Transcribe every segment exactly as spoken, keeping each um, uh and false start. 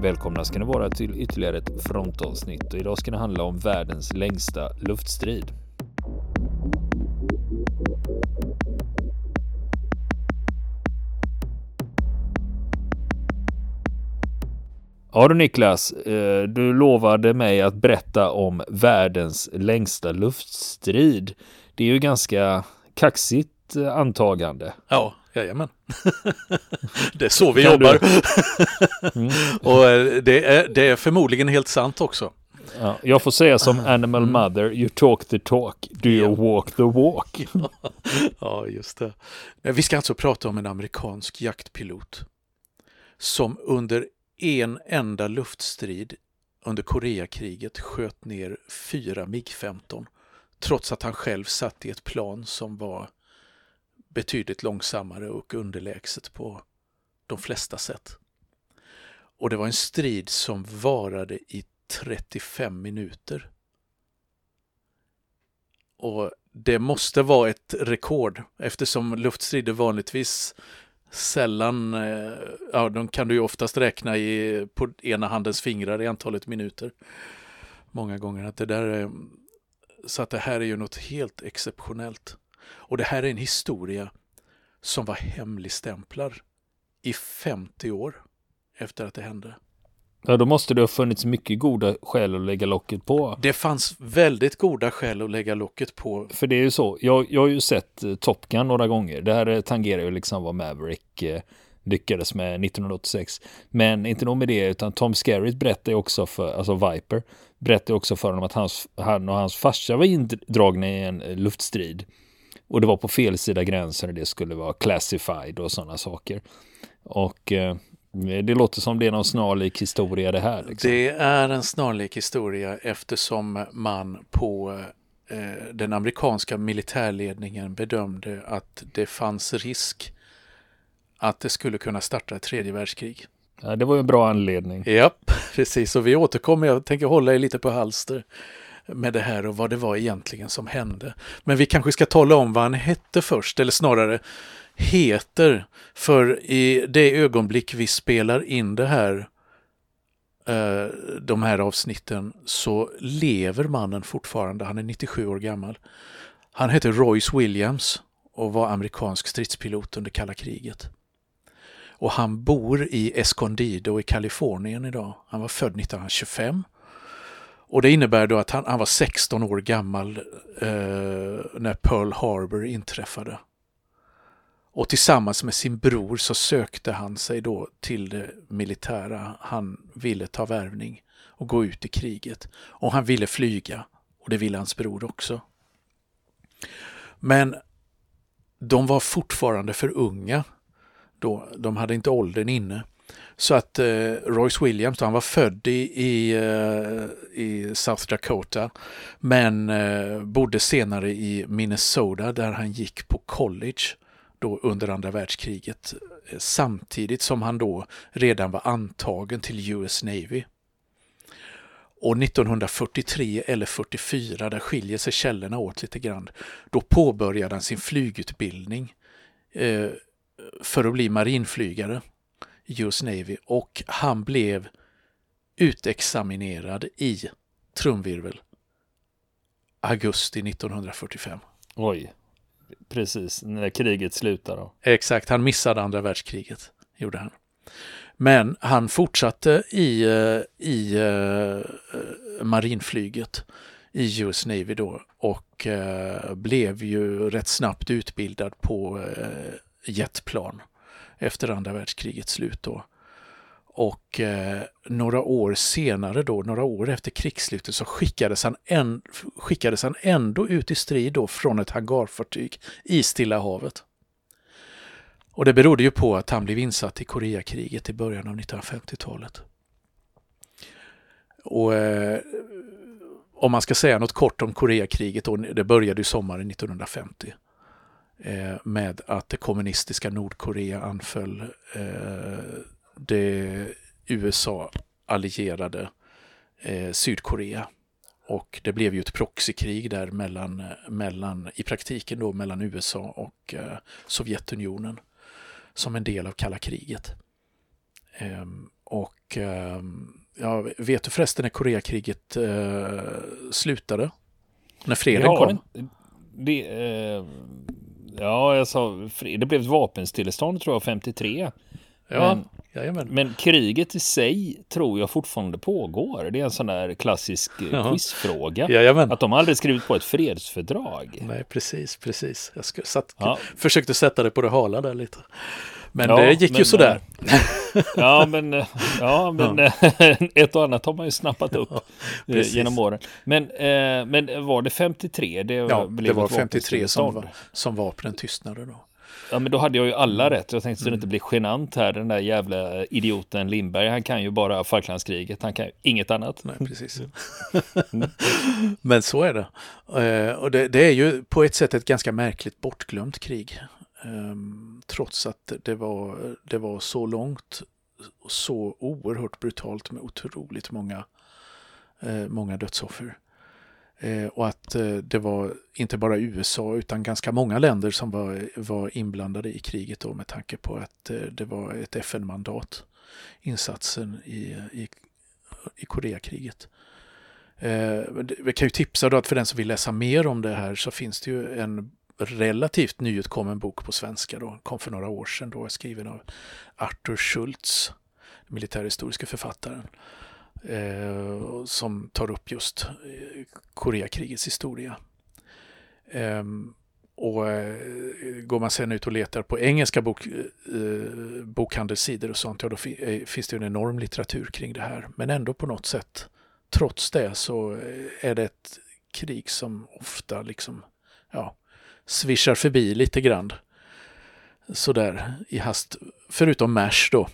Välkomna ska ni vara till ytterligare ett frontavsnitt och idag ska det handla om världens längsta luftstrid. Ja du Niklas, du lovade mig att berätta om världens längsta luftstrid. Det är ju ganska kaxigt antagande. Ja, jajamän. Det är så vi kan jobbar. Mm. Och det är, det är förmodligen helt sant också. Ja, jag får säga som Animal mm. Mother, you talk the talk, do you yeah. walk the walk? Ja, just det. Vi ska alltså prata om en amerikansk jaktpilot som under en enda luftstrid under Koreakriget sköt ner fyra MiG femton trots att han själv satt i ett plan som var betydligt långsammare och underlägset på de flesta sätt. Och det var en strid som varade i trettiofem minuter. Och det måste vara ett rekord eftersom luftstrider vanligtvis sällan, ja, de kan du ju oftast räkna i, på ena handens fingrar i antalet minuter. Många gånger att det där är, så att det här är ju något helt exceptionellt. Och det här är en historia som var hemligstämplad i femtio år efter att det hände. Ja, då måste det ha funnits mycket goda skäl att lägga locket på. Det fanns väldigt goda skäl att lägga locket på. För det är ju så, jag, jag har ju sett Top Gun några gånger. Det här tangerar ju liksom vad Maverick eh, lyckades med nittonhundraåttiosex. Men inte nog med det, utan Tom Skerritt berättade ju också för, alltså Viper, berättade också för honom att hans, han och hans farsa var indragna i en luftstrid. Och det var på fel sida gränsen och det skulle vara classified och sådana saker. Och eh, det låter som det är någon snarlik historia det här. Liksom. Det är en snarlik historia eftersom man på eh, den amerikanska militärledningen bedömde att det fanns risk att det skulle kunna starta ett tredje världskrig. Ja, det var ju en bra anledning. Ja, precis. Och vi återkommer, jag tänker hålla er lite på halster med det här och vad det var egentligen som hände. Men vi kanske ska tala om vad han hette först, eller snarare heter, för i det ögonblick vi spelar in det här eh, de här avsnitten så lever mannen fortfarande. Han är nittiosju år gammal. Han heter Royce Williams och var amerikansk stridspilot under kalla kriget. Och han bor i Escondido i Kalifornien idag. Han var född nittonhundratjugofem. Och det innebär då att han, han var sexton år gammal eh, när Pearl Harbor inträffade. Och tillsammans med sin bror så sökte han sig då till det militära. Han ville ta värvning och gå ut i kriget. Och han ville flyga. Och det ville hans bror också. Men de var fortfarande för unga. Då. De hade inte åldern inne. Så att eh, Royce Williams, han var född i, i, uh, i South Dakota men uh, bodde senare i Minnesota där han gick på college då under andra världskriget eh, samtidigt som han då redan var antagen till U S Navy. Och nittonhundrafyrtiotre eller fyrtiofyra, där skiljer sig källorna åt lite grann, då påbörjade han sin flygutbildning eh, för att bli marinflygare. U S Navy och han blev utexaminerad i trumvirvel augusti nittonhundrafyrtiofem. Oj, precis när kriget slutade då. Exakt, han missade andra världskriget, gjorde han. Men han fortsatte i, i uh, marinflyget i U S Navy då och uh, blev ju rätt snabbt utbildad på uh, jetplan efter andra världskrigets slut då. Och eh, några år senare då, några år efter krigsslutet så skickades han, en, skickades han ändå ut i strid då från ett hangarfartyg i Stilla havet. Och det berodde ju på att han blev insatt i Koreakriget i början av nittonhundrafemtiotalet. Och eh, om man ska säga något kort om Koreakriget då, det började ju sommaren nittonhundrafemtio. Med att det kommunistiska Nordkorea anföll eh, det U S A-allierade eh, Sydkorea. Och det blev ju ett proxykrig där mellan, mellan, i praktiken då mellan U S A och eh, Sovjetunionen som en del av kalla kriget. Eh, och eh, ja, vet du förresten när Koreakriget eh, slutade? När freden Ja, kom? Det, det, eh, ja, jag sa, det blev ett vapenstillestånd tror jag femtiotre. Ja, men, jajamän. men kriget i sig tror jag fortfarande pågår. Det är en sån där klassisk Jaha. quizfråga. Jajamän. Att de aldrig skrivit på ett fredsfördrag. Nej, precis, precis. Jag ska, satt, Ja. försökte sätta det på det hala där lite. Men Ja, det gick men, ju sådär. Ja, men, ja, men Ja. ett och annat har man ju snappat upp Ja, eh, precis. genom åren. Men, eh, men var det femtiotre? Det, Ja, blev det var ett femtiotre som, vapenstillestånd. var, som vapnen tystnade då. Ja, men då hade jag ju alla rätt. Jag tänkte så det Mm. inte bli genant här. Den där jävla idioten Lindberg, han kan ju bara Falklandskriget. Han kan ju inget annat. Nej, precis. Men så är det. Eh, och det, det är ju på ett sätt ett ganska märkligt bortglömt krig. Um, trots att det var, det var så långt och så oerhört brutalt med otroligt många, eh, många dödsoffer. Eh, och att eh, det var inte bara U S A utan ganska många länder som var, var inblandade i kriget då, med tanke på att eh, det var ett F N-mandat, insatsen i, i, i Koreakriget. Eh, vi kan ju tipsa då att för den som vill läsa mer om det här så finns det ju en relativt nyutkommen bok på svenska då, kom för några år sedan då, skriven av Arthur Schultz, militärhistoriska författaren, eh, som tar upp just eh, Koreakrigets historia. Eh, och eh, går man sen ut och letar på engelska bok, eh, bokhandelssidor och sånt, ja, då fi, eh, finns det en enorm litteratur kring det här, men ändå på något sätt, trots det så är det ett krig som ofta liksom, ja, svischar förbi lite grann. Sådär i hast. Förutom MASH då.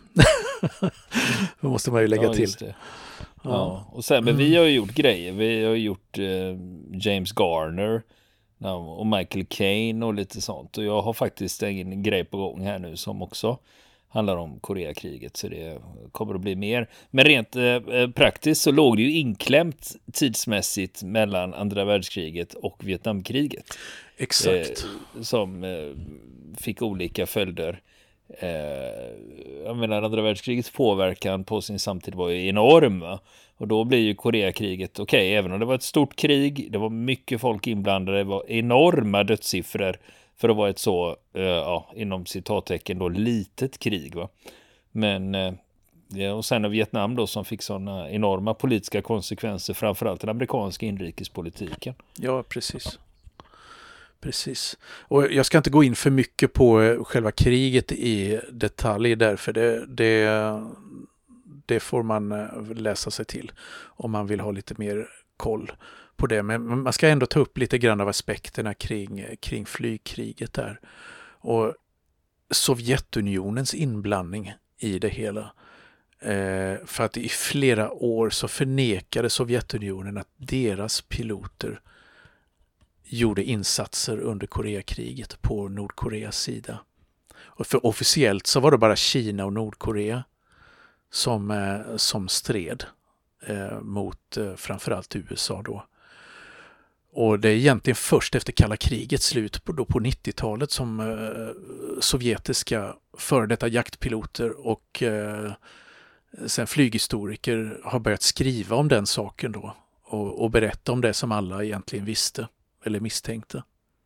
Det måste man ju lägga Ja, till. just det. Ja. Ja. Och sen, men vi har ju gjort grejer. Vi har gjort eh, James Garner och Michael Caine och lite sånt. Och jag har faktiskt en grej på gång här nu som också handlar om Koreakriget, så det kommer att bli mer. Men rent eh, praktiskt så låg det ju inklämt tidsmässigt mellan andra världskriget och Vietnamkriget. Exakt. Eh, som eh, fick olika följder. Eh, jag menar, andra världskrigets påverkan på sin samtid var ju enorm. Va? Och då blir ju Koreakriget, okej, okay, även om det var ett stort krig, det var mycket folk inblandade, det var enorma dödssiffror för att vara ett så, eh, ja, inom citattecken då, litet krig. Va? Men, eh, ja, och sen av Vietnam då som fick sådana enorma politiska konsekvenser, framförallt den amerikanska inrikespolitiken. Ja, precis. Precis. Och jag ska inte gå in för mycket på själva kriget i detalj där, för det, det, det får man läsa sig till om man vill ha lite mer koll på det. Men man ska ändå ta upp lite grann av aspekterna kring, kring flygkriget där. Och Sovjetunionens inblandning i det hela. Eh, för att i flera år så förnekade Sovjetunionen att deras piloter gjorde insatser under Koreakriget på Nordkoreas sida. Och för officiellt så var det bara Kina och Nordkorea som, eh, som stred eh, mot eh, framförallt U S A då. Och det är egentligen först efter kalla krigets slut på, då på nittiotalet som eh, sovjetiska före detta jaktpiloter och eh, sen flyghistoriker har börjat skriva om den saken då och, och berätta om det som alla egentligen visste eller misstänkte.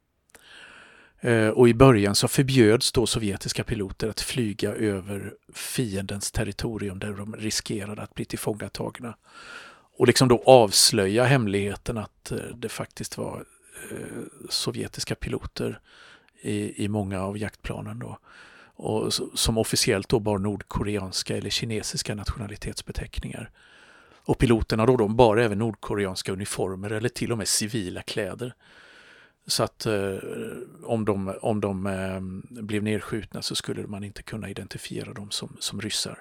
Eh, och i början så förbjöds då sovjetiska piloter att flyga över fiendens territorium där de riskerade att bli tillfångatagna. Och liksom då avslöja hemligheten att eh, det faktiskt var eh, sovjetiska piloter i, i många av jaktplanen då. Och som officiellt då bar nordkoreanska eller kinesiska nationalitetsbeteckningar. Och piloterna då, de bar även nordkoreanska uniformer eller till och med civila kläder. Så att eh, om de, om de eh, blev nedskjutna så skulle man inte kunna identifiera dem som, som ryssar.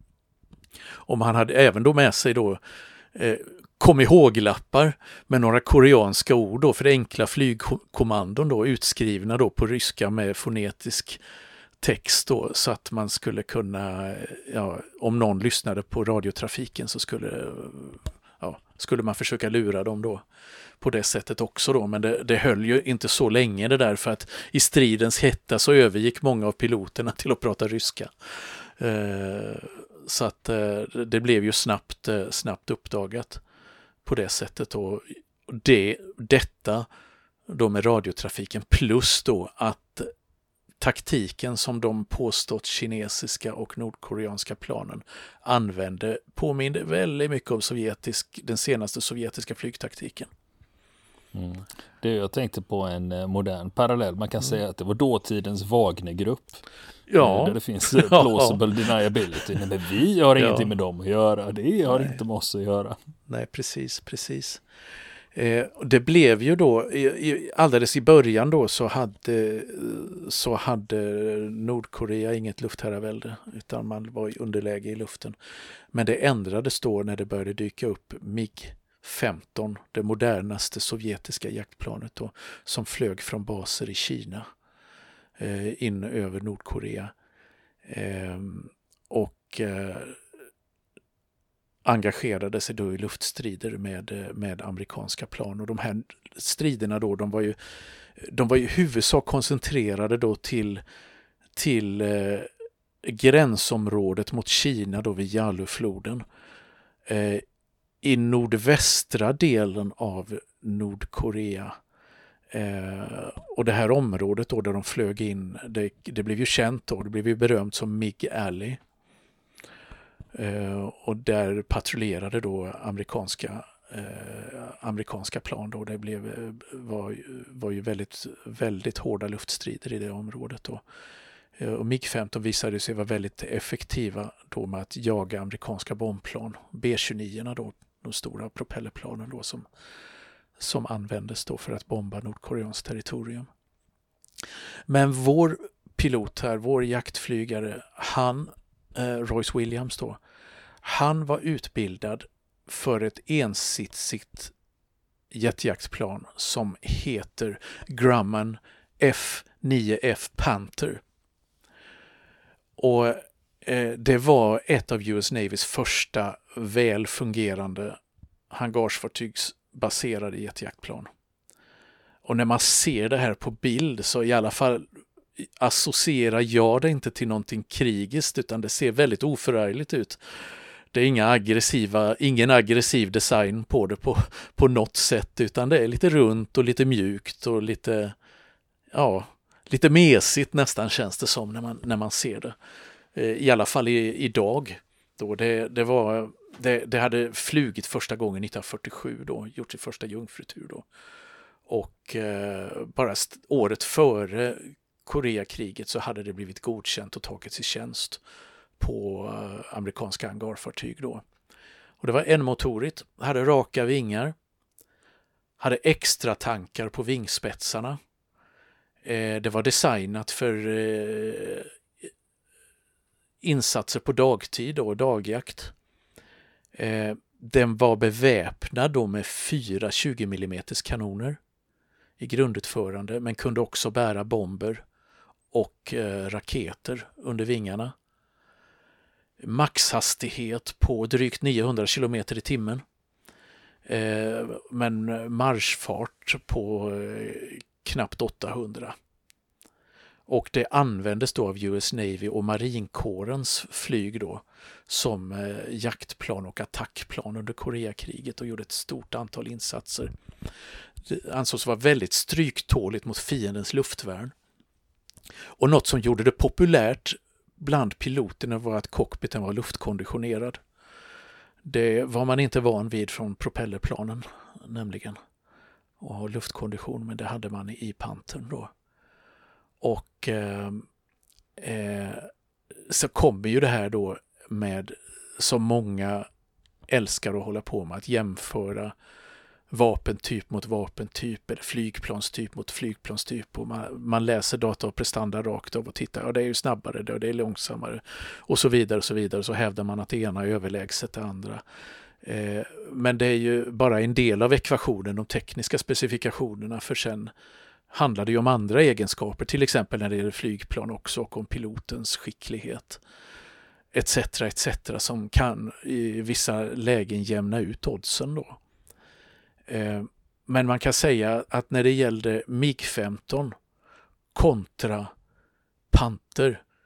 Och man hade även då med sig då eh, kom ihåg-lappar med några koreanska ord då för enkla flygkommandon då, utskrivna då på ryska med fonetisk text då, så att man skulle kunna, ja, om någon lyssnade på radiotrafiken så skulle, ja, skulle man försöka lura dem då på det sättet också då, men det, det höll ju inte så länge det där, för att i stridens hetta så övergick många av piloterna till att prata ryska. Eh, så att eh, det blev ju snabbt, eh, snabbt uppdagat på det sättet. Och det, detta då med radiotrafiken plus då att taktiken som de påstått kinesiska och nordkoreanska planen använde påminner väldigt mycket om sovjetisk, den senaste sovjetiska flygtaktiken. Mm. Det jag tänkte på en modern parallell. Man kan mm. säga att det var dåtidens Wagnergrupp. Ja. Där det finns plausible deniability. Nej, men vi har ingenting ja. med dem att göra. Det har Nej. inte med oss att göra. Nej, precis, precis. Eh, det blev ju då, i, i, alldeles i början då så hade, så hade Nordkorea inget luftherravälde utan man var i underläge i luften. Men det ändrades då när det började dyka upp MiG femton, det modernaste sovjetiska jaktplanet då, som flög från baser i Kina eh, in över Nordkorea. Eh, och eh, engagerade sig då i luftstrider med, med amerikanska plan. Och de här striderna då, de var ju, de var ju i huvudsak koncentrerade då till, till eh, gränsområdet mot Kina då vid Yalufloden. Eh, I nordvästra delen av Nordkorea. Eh, och det här området då där de flög in, det, det blev ju känt då, det blev ju berömt som MiG Alley. Uh, och där patrullerade då amerikanska, uh, amerikanska plan. Då. Det blev, var, var ju väldigt, väldigt hårda luftstrider i det området. Då. Uh, och MiG femton visade sig vara väldigt effektiva då med att jaga amerikanska bombplan. B tjugonio, då, de stora propellerplanen då, som, som användes då för att bomba nordkoreanskt territorium. Men vår pilot här, vår jaktflygare, han Royce Williams då, han var utbildad för ett ensitsigt jetjaktplan som heter Grumman F nio F Panther. Och eh, det var ett av U S Navys första väl fungerande hangarsfartygsbaserade jetjaktplan. Och när man ser det här på bild så i alla fall associerar jag det inte till någonting krigiskt utan det ser väldigt oförargligt ut. Det är inga aggressiva, ingen aggressiv design på det på, på något sätt utan det är lite runt och lite mjukt och lite ja, lite mesigt nästan känns det som när man, när man ser det. I alla fall i, idag. Då det, det, var, det, det hade flugit första gången nittonhundrafyrtiosju då, gjort sin första jungfrutur då. Och eh, bara st- året före Koreakriget så hade det blivit godkänt och tagits i tjänst på uh, amerikanska hangarfartyg då. Och det var enmotorigt, hade raka vingar, hade extra tankar på vingspetsarna. Eh, det var designat för eh, insatser på dagtid och dagjakt. Eh, den var beväpnad då med fyra tjugo millimeter kanoner i grundutförande men kunde också bära bomber och eh, raketer under vingarna. Maxhastighet på drygt niohundra kilometer i timmen. Eh, men marschfart på eh, knappt åttahundra. Och det användes då av U S Navy och marinkårens flyg då som eh, jaktplan och attackplan under Koreakriget och gjorde ett stort antal insatser. Det ansågs vara väldigt stryktåligt mot fiendens luftvärn. Och något som gjorde det populärt bland piloterna var att cockpiten var luftkonditionerad. Det var man inte van vid från propellerplanen nämligen. Och ha luftkondition, men det hade man i Panthern då. Och eh, eh, så kommer ju det här då med som många älskar att hålla på med att jämföra vapentyp mot vapentyp eller flygplanstyp mot flygplanstyp och man, man läser data och prestanda rakt av och tittar, ja det är ju snabbare det och det är långsammare och så vidare och så vidare så hävdar man att det ena är överlägset det andra. Eh, men det är ju bara en del av ekvationen, de tekniska specifikationerna, för sen handlar det ju om andra egenskaper, till exempel när det gäller flygplan också och om pilotens skicklighet etc. etc. som kan i vissa lägen jämna ut oddsen då. Men man kan säga att när det gällde MiG femton kontra Panther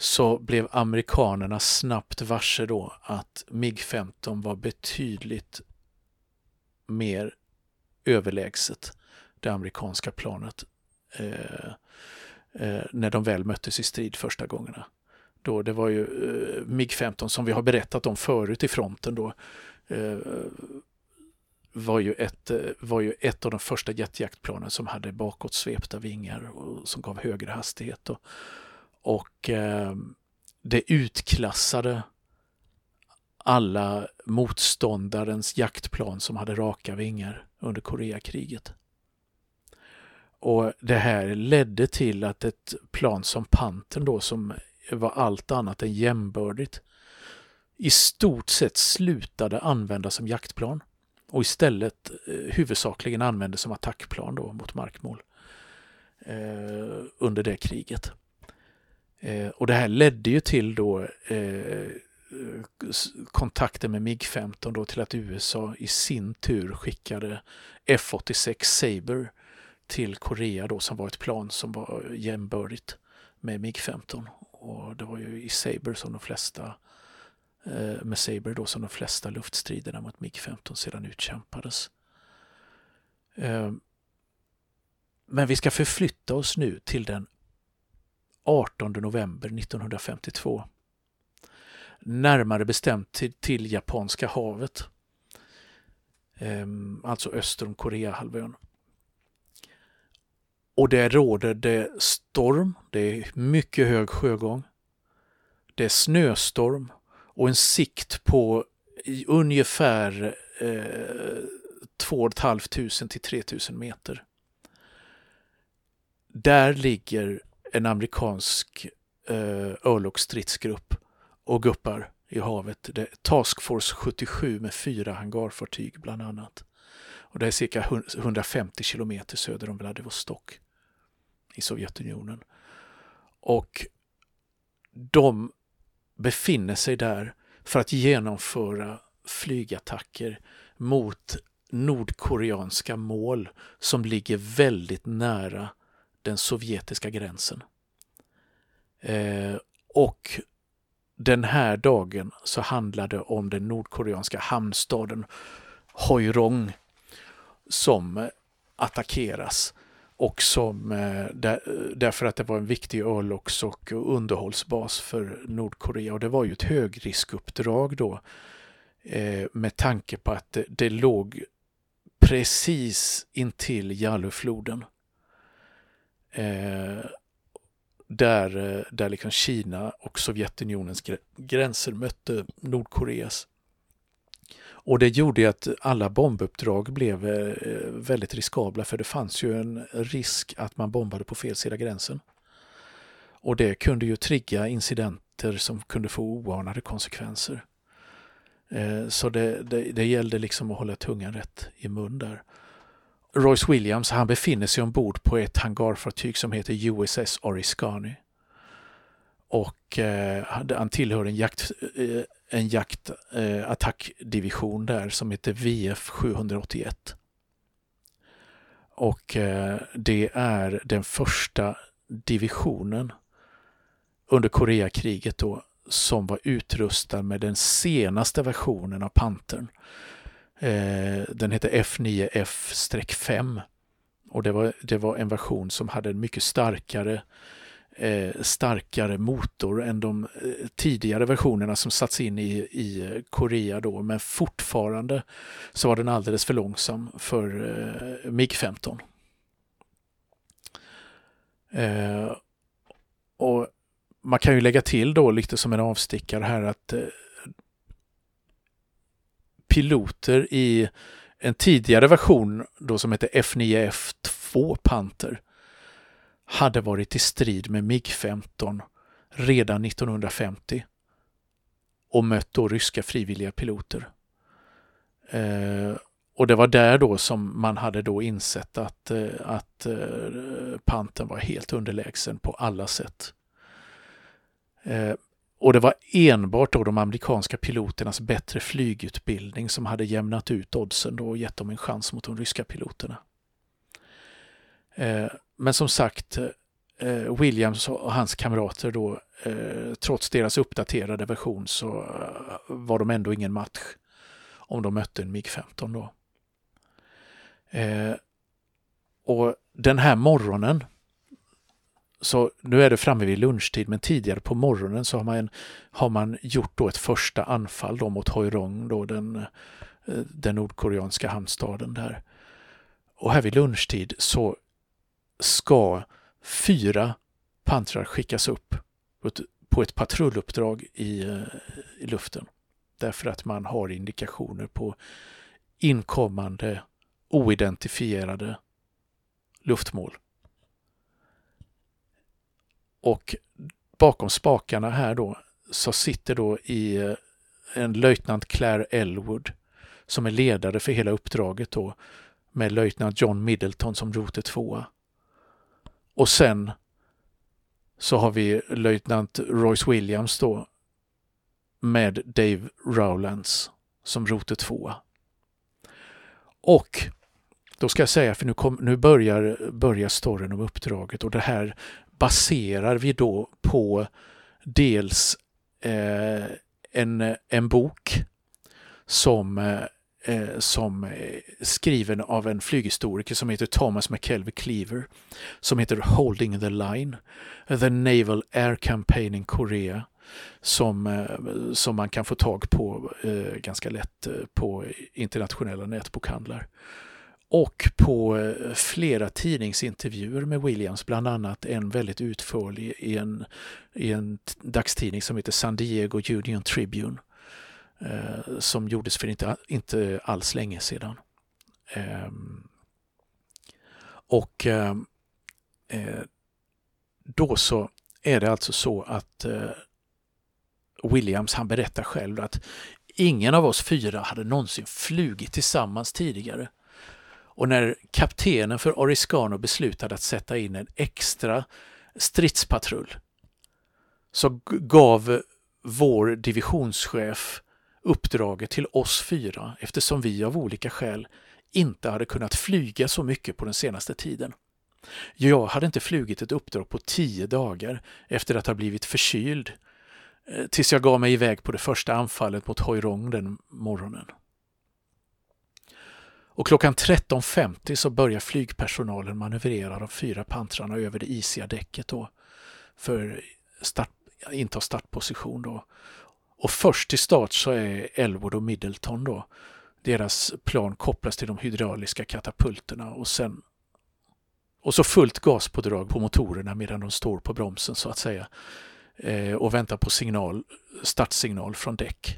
så blev amerikanerna snabbt varse då att MiG femton var betydligt mer överlägset det amerikanska planet eh, eh, när de väl möttes i strid första gångerna. Då det var ju eh, MiG femton som vi har berättat om förut i fronten då eh, var ju ett var ju ett av de första jetjaktplanen som hade bakåt svepta vingar och som gav högre hastighet och, och eh, det utklassade alla motståndarens jaktplan som hade raka vingar under Koreakriget. Och det här ledde till att ett plan som Pantern då, som var allt annat än jämbördigt, i stort sett slutade användas som jaktplan och istället eh, huvudsakligen användes som attackplan då mot markmål eh, under det kriget. Eh, och det här ledde ju till då eh, kontakten med MiG femton då till att U S A i sin tur skickade F åttiosex Sabre till Korea då, som var ett plan som var jämbördigt med MiG femton. Och det var ju i Sabre som de flesta eh, med Sabre då som de flesta luftstriderna mot MiG femton sedan utkämpades. Eh, men vi ska förflytta oss nu till den artonde november nittonhundrafemtiotvå. Närmare bestämt till, till Japanska havet. Eh, alltså öster om Koreahalvön. Och där råder det storm, det är mycket hög sjögång, det är snöstorm och en sikt på i ungefär eh, två och ett halvt tusen till tre tusen meter. Där ligger en amerikansk eh, örlogsstridsgrupp och guppar i havet. Det är Task Force sjuttiosju med fyra hangarfartyg bland annat. Och det är cirka hundrafemtio kilometer söder om Vladivostok i Sovjetunionen. Och de befinner sig där för att genomföra flygattacker mot nordkoreanska mål som ligger väldigt nära den sovjetiska gränsen. Eh, och den här dagen så handlade det om den nordkoreanska hamnstaden Heuryong som attackeras och som där, därför att det var en viktig örlogs- och underhållsbas för Nordkorea, och det var ju ett högriskuppdrag då eh, med tanke på att det, det låg precis intill Yalufloden eh, där, där liksom Kina och Sovjetunionens gränser mötte Nordkoreas. Och det gjorde att alla bombuppdrag blev väldigt riskabla, för det fanns ju en risk att man bombade på fel sida gränsen. Och det kunde ju trigga incidenter som kunde få oanade konsekvenser. Så det, det, det gällde liksom att hålla tungan rätt i mun där. Royce Williams, han befinner sig ombord på ett hangarfartyg som heter U S S Oriskany. Och eh, han tillhör en jakt eh, en jaktattackdivision eh, där som heter V F sjuhundraåttioett. Och eh, det är den första divisionen under Koreakriget då som var utrustad med den senaste versionen av Pantern. Eh, den heter F nio F fem, och det var, det var en version som hade en mycket starkare Eh, starkare motor än de eh, tidigare versionerna som satts in i, i Korea då, men fortfarande så var den alldeles för långsam för eh, MiG femton. Eh, och man kan ju lägga till då lite som en avstickare här att eh, piloter i en tidigare version då som heter F nio F två Panther hade varit i strid med MiG femton redan nittonhundrafemtio och mött då ryska frivilliga piloter. Eh, och det var där då som man hade då insett att, eh, att eh, Pantern var helt underlägsen på alla sätt. Eh, och det var enbart då de amerikanska piloternas bättre flygutbildning som hade jämnat ut oddsen då och gett dem en chans mot de ryska piloterna. Eh, Men som sagt, eh, Williams och hans kamrater då, eh, trots deras uppdaterade version så eh, var de ändå ingen match om de mötte en MiG femton då. Eh, och den här morgonen, så nu är det framme vid lunchtid, men tidigare på morgonen så har man, har man gjort då ett första anfall då mot Hoirong, då den, den nordkoreanska hamnstaden där. Och här vid lunchtid så ska fyra pantrar skickas upp på ett patrulluppdrag i, i luften. Därför att man har indikationer på inkommande oidentifierade luftmål. Och bakom spakarna här då så sitter då i en löjtnant Claire Elwood som är ledare för hela uppdraget då, med löjtnant John Middleton som rote tvåa. Och sen så har vi löjtnant Royce Williams då med Dave Rowlands som rote tvåa. Och då ska jag säga, för nu, kom, nu börjar, börjar storyn om uppdraget, och det här baserar vi då på dels eh, en, en bok som, eh, som är skriven av en flyghistoriker som heter Thomas McKelvey Cleaver, som heter Holding the Line, The Naval Air Campaign in Korea, som, eh, som man kan få tag på eh, ganska lätt eh, på internationella nätbokhandlar. Och på flera tidningsintervjuer med Williams, bland annat en väldigt utförlig i en, i en dagstidning som heter San Diego Union Tribune, eh, som gjordes för inte, inte alls länge sedan. Eh, och eh, då så är det alltså så att eh, Williams, han berättar själv att ingen av oss fyra hade någonsin flugit tillsammans tidigare. Och när kaptenen för Oriscano beslutade att sätta in en extra stridspatrull så gav vår divisionschef uppdraget till oss fyra, eftersom vi av olika skäl inte hade kunnat flyga så mycket på den senaste tiden. Jag hade inte flugit ett uppdrag på tio dagar efter att ha blivit förkyld, tills jag gav mig iväg på det första anfallet mot Hoirong den morgonen. Och klockan tretton femtio så börjar flygpersonalen manövrera de fyra pantrarna över det isiga däcket då, för start, inta startposition då. Och först till start så är Elwood och Middleton då. Deras plan kopplas till de hydrauliska katapulterna och sen och så fullt gaspådrag på motorerna medan de står på bromsen så att säga, eh, och väntar på signal, startsignal från däck.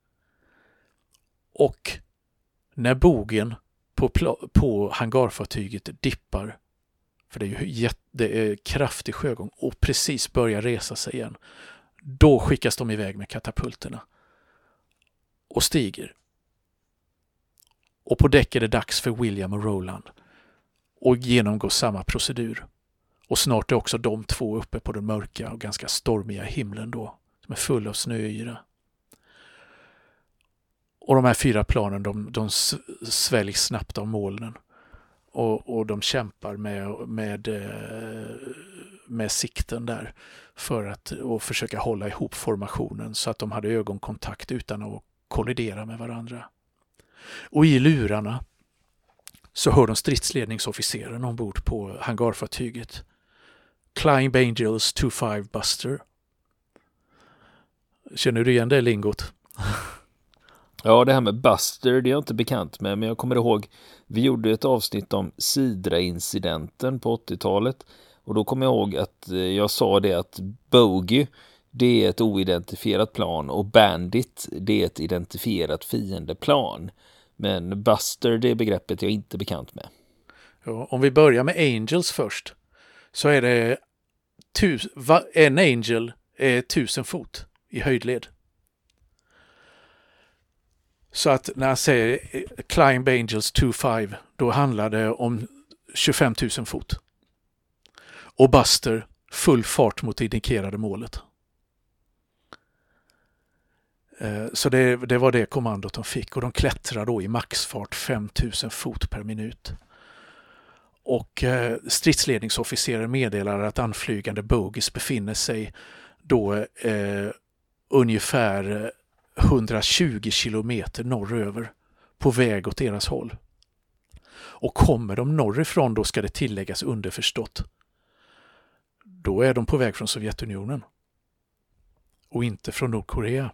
Och när bogen på, på hangarfartyget dippar, för det är ju jätte, det är kraftig sjögång, och precis börjar resa sig igen, då skickas de iväg med katapulterna och stiger. Och på däck är det dags för William och Roland och genomgå samma procedur. Och snart är också de två uppe på den mörka och ganska stormiga himlen då, som är full av snöyra. Och de här fyra planen, de, de sväljs snabbt av molnen. Och, och de kämpar med, med, med sikten där för att och försöka hålla ihop formationen så att de hade ögonkontakt utan att kollidera med varandra. Och i lurarna så hör de stridsledningsofficeren ombord på hangarfartyget. Climb Angels two five Buster. Känner du igen det lingot? Ja, det här med Buster, det är jag inte bekant med, men jag kommer ihåg, vi gjorde ett avsnitt om Sidra-incidenten på åttiotalet, och då kommer jag ihåg att jag sa det att Bogey, det är ett oidentifierat plan, och Bandit, det är ett identifierat fiendeplan. Men Buster, det är begreppet jag inte är bekant med. Ja, om vi börjar med Angels först, så är det tus, va, en Angel är tusen fot i höjdled. Så att när jag säger Climb Angels two five, då handlar det om tjugofem tusen fot. Och Buster, full fart mot det indikerade målet. Så det, det var det kommandot de fick, och de klättrar då i maxfart fem tusen fot per minut. Och eh, stridsledningsofficerare meddelar att anflygande bogies befinner sig då eh, ungefär hundratjugo kilometer norröver på väg åt deras håll. Och kommer de norrifrån, då ska det tilläggas underförstått. Då är de på väg från Sovjetunionen och inte från Nordkorea.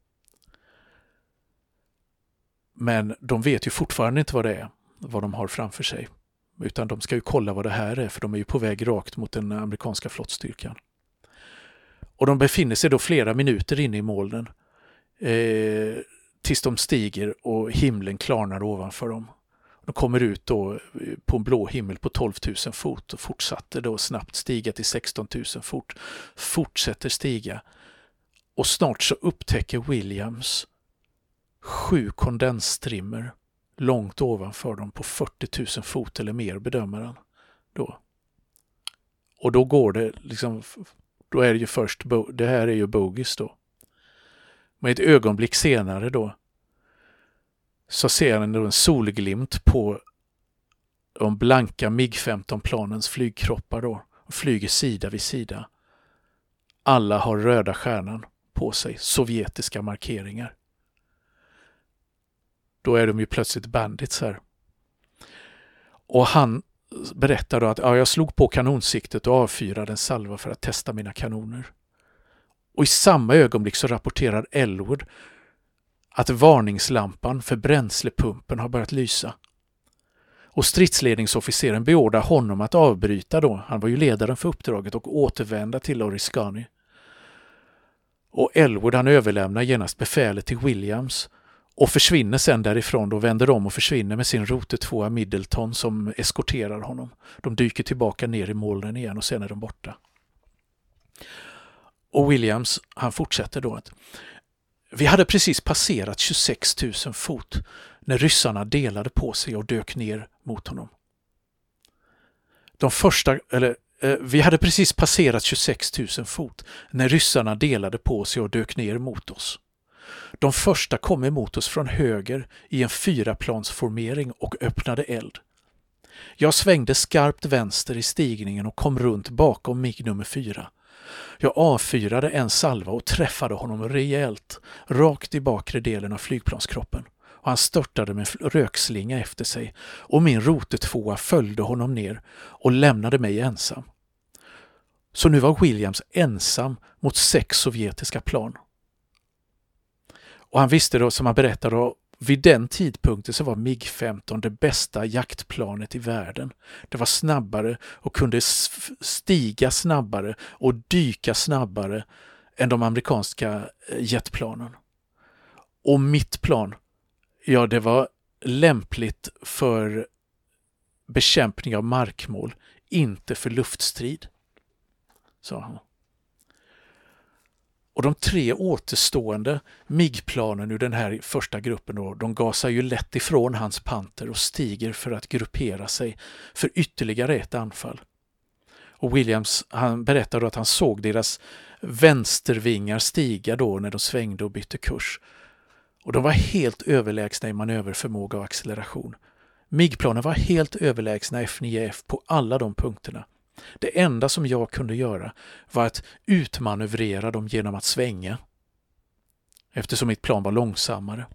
Men de vet ju fortfarande inte vad det är, vad de har framför sig. Utan de ska ju kolla vad det här är, för de är ju på väg rakt mot den amerikanska flottstyrkan. Och de befinner sig då flera minuter inne i molnen eh, tills de stiger och himlen klarnar ovanför dem. De kommer ut då på en blå himmel på tolv tusen fot och fortsatte då snabbt stiga till sexton tusen fot. Fortsätter stiga. Och snart så upptäcker Williams sju kondensstrimmer långt ovanför dem på fyrtio tusen fot eller mer, bedömer han då. Och då går det liksom, då är det ju först, det här är ju bogies då. Men ett ögonblick senare då så ser han en solglimt på de blanka MiG femton-planens flygkroppar då. Och flyger sida vid sida. Alla har röda stjärnan på sig, sovjetiska markeringar. Då är de ju plötsligt bandits här. Och han berättar då att ja, jag slog på kanonsiktet och avfyrade en salva för att testa mina kanoner. Och i samma ögonblick så rapporterar Elwood att varningslampan för bränslepumpen har börjat lysa. Och stridsledningsofficeren beordrar honom att avbryta då, han var ju ledaren för uppdraget, och återvända till Oriskany. Och Elwood han överlämnar genast befälet till Williams och försvinner sen därifrån, då vänder om och försvinner med sin rote två Middleton som eskorterar honom. De dyker tillbaka ner i molnen igen och sen är de borta. Och Williams han fortsätter då att vi hade precis passerat tjugosex tusen fot när ryssarna delade på sig och dök ner mot honom. De första, eller eh, vi hade precis passerat tjugosex tusen fot när ryssarna delade på sig och dök ner mot oss. De första kom emot oss från höger i en fyraplansformering och öppnade eld. Jag svängde skarpt vänster i stigningen och kom runt bakom MiG nummer fyra. Jag avfyrade en salva och träffade honom rejält, rakt i bakre delen av flygplanskroppen. Och han störtade med rökslinga efter sig och min rotetvåa följde honom ner och lämnade mig ensam. Så nu var Williams ensam mot sex sovjetiska plan. Och han visste då, som han berättade, då, vid den tidpunkten så var MiG femton det bästa jaktplanet i världen. Det var snabbare och kunde stiga snabbare och dyka snabbare än de amerikanska jetplanen. Och mitt plan, ja det var lämpligt för bekämpning av markmål, inte för luftstrid, sa han. Och de tre återstående MiG-planen ur den här första gruppen då, de gasar ju lätt ifrån hans Panther och stiger för att gruppera sig för ytterligare ett anfall. Och Williams han berättade att han såg deras vänstervingar stiga då när de svängde och bytte kurs. Och de var helt överlägsna i manöverförmåga och acceleration. MiG-planen var helt överlägsna F nio F på alla de punkterna. Det enda som jag kunde göra var att utmanövrera dem genom att svänga, eftersom mitt plan var långsammare.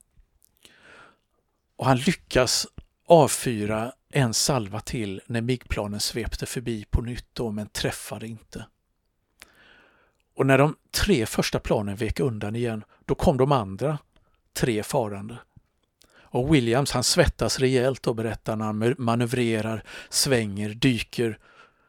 Och han lyckas avfyra en salva till när MiG-planen svepte förbi på nytt då, men träffade inte. Och när de tre första planen vek undan igen, då kom de andra tre farande. Och Williams han svettas rejält och berättar när han manövrerar, svänger, dyker,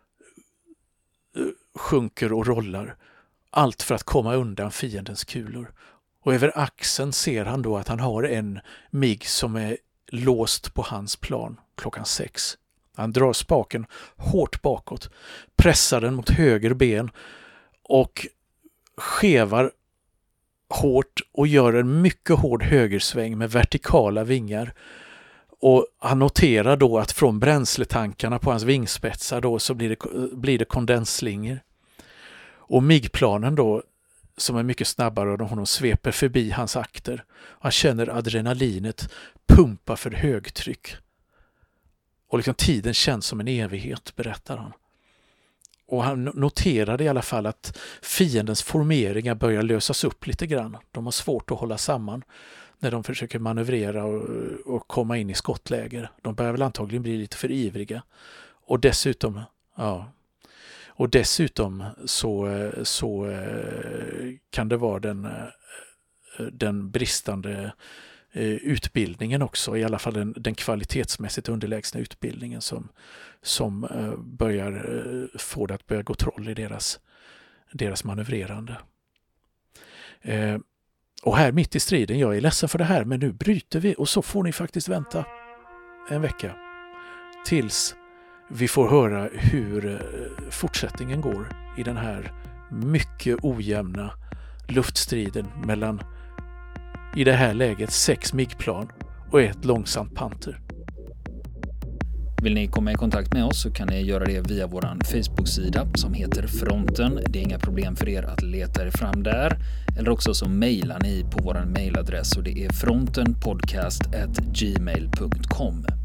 sjunker och rollar. Allt för att komma undan fiendens kulor. Och över axeln ser han då att han har en MiG som är låst på hans plan klockan sex. Han drar spaken hårt bakåt, pressar den mot höger ben och skevar hårt och gör en mycket hård högersväng med vertikala vingar. Och han noterar då att från bränsletankarna på hans vingspetsar då så blir det, blir det kondensslingor. Och MiG-planen då, som är mycket snabbare och honom, sveper förbi hans akter. Han känner adrenalinet pumpa för högtryck. Och liksom tiden känns som en evighet, berättar han. Och han noterade i alla fall att fiendens formeringar börjar lösas upp lite grann. De har svårt att hålla samman när de försöker manövrera och, och komma in i skottläger. De börjar väl antagligen bli lite för ivriga. Och dessutom, ja, och dessutom så, så kan det vara den, den bristande utbildningen också, i alla fall den, den kvalitetsmässigt underlägsna utbildningen som, som börjar få det att börja gå troll i deras, deras manövrerande. Eh, och här mitt i striden, jag är ledsen för det här, men nu bryter vi och så får ni faktiskt vänta en vecka tills vi får höra hur fortsättningen går i den här mycket ojämna luftstriden mellan, i det här läget, sex MiG-plan och ett långsamt Panther. Vill ni komma i kontakt med oss så kan ni göra det via vår Facebook-sida som heter Fronten. Det är inga problem för er att leta er fram där. Eller också så mejlar ni på vår mejladress och det är frontenpodcast at gmail punkt com.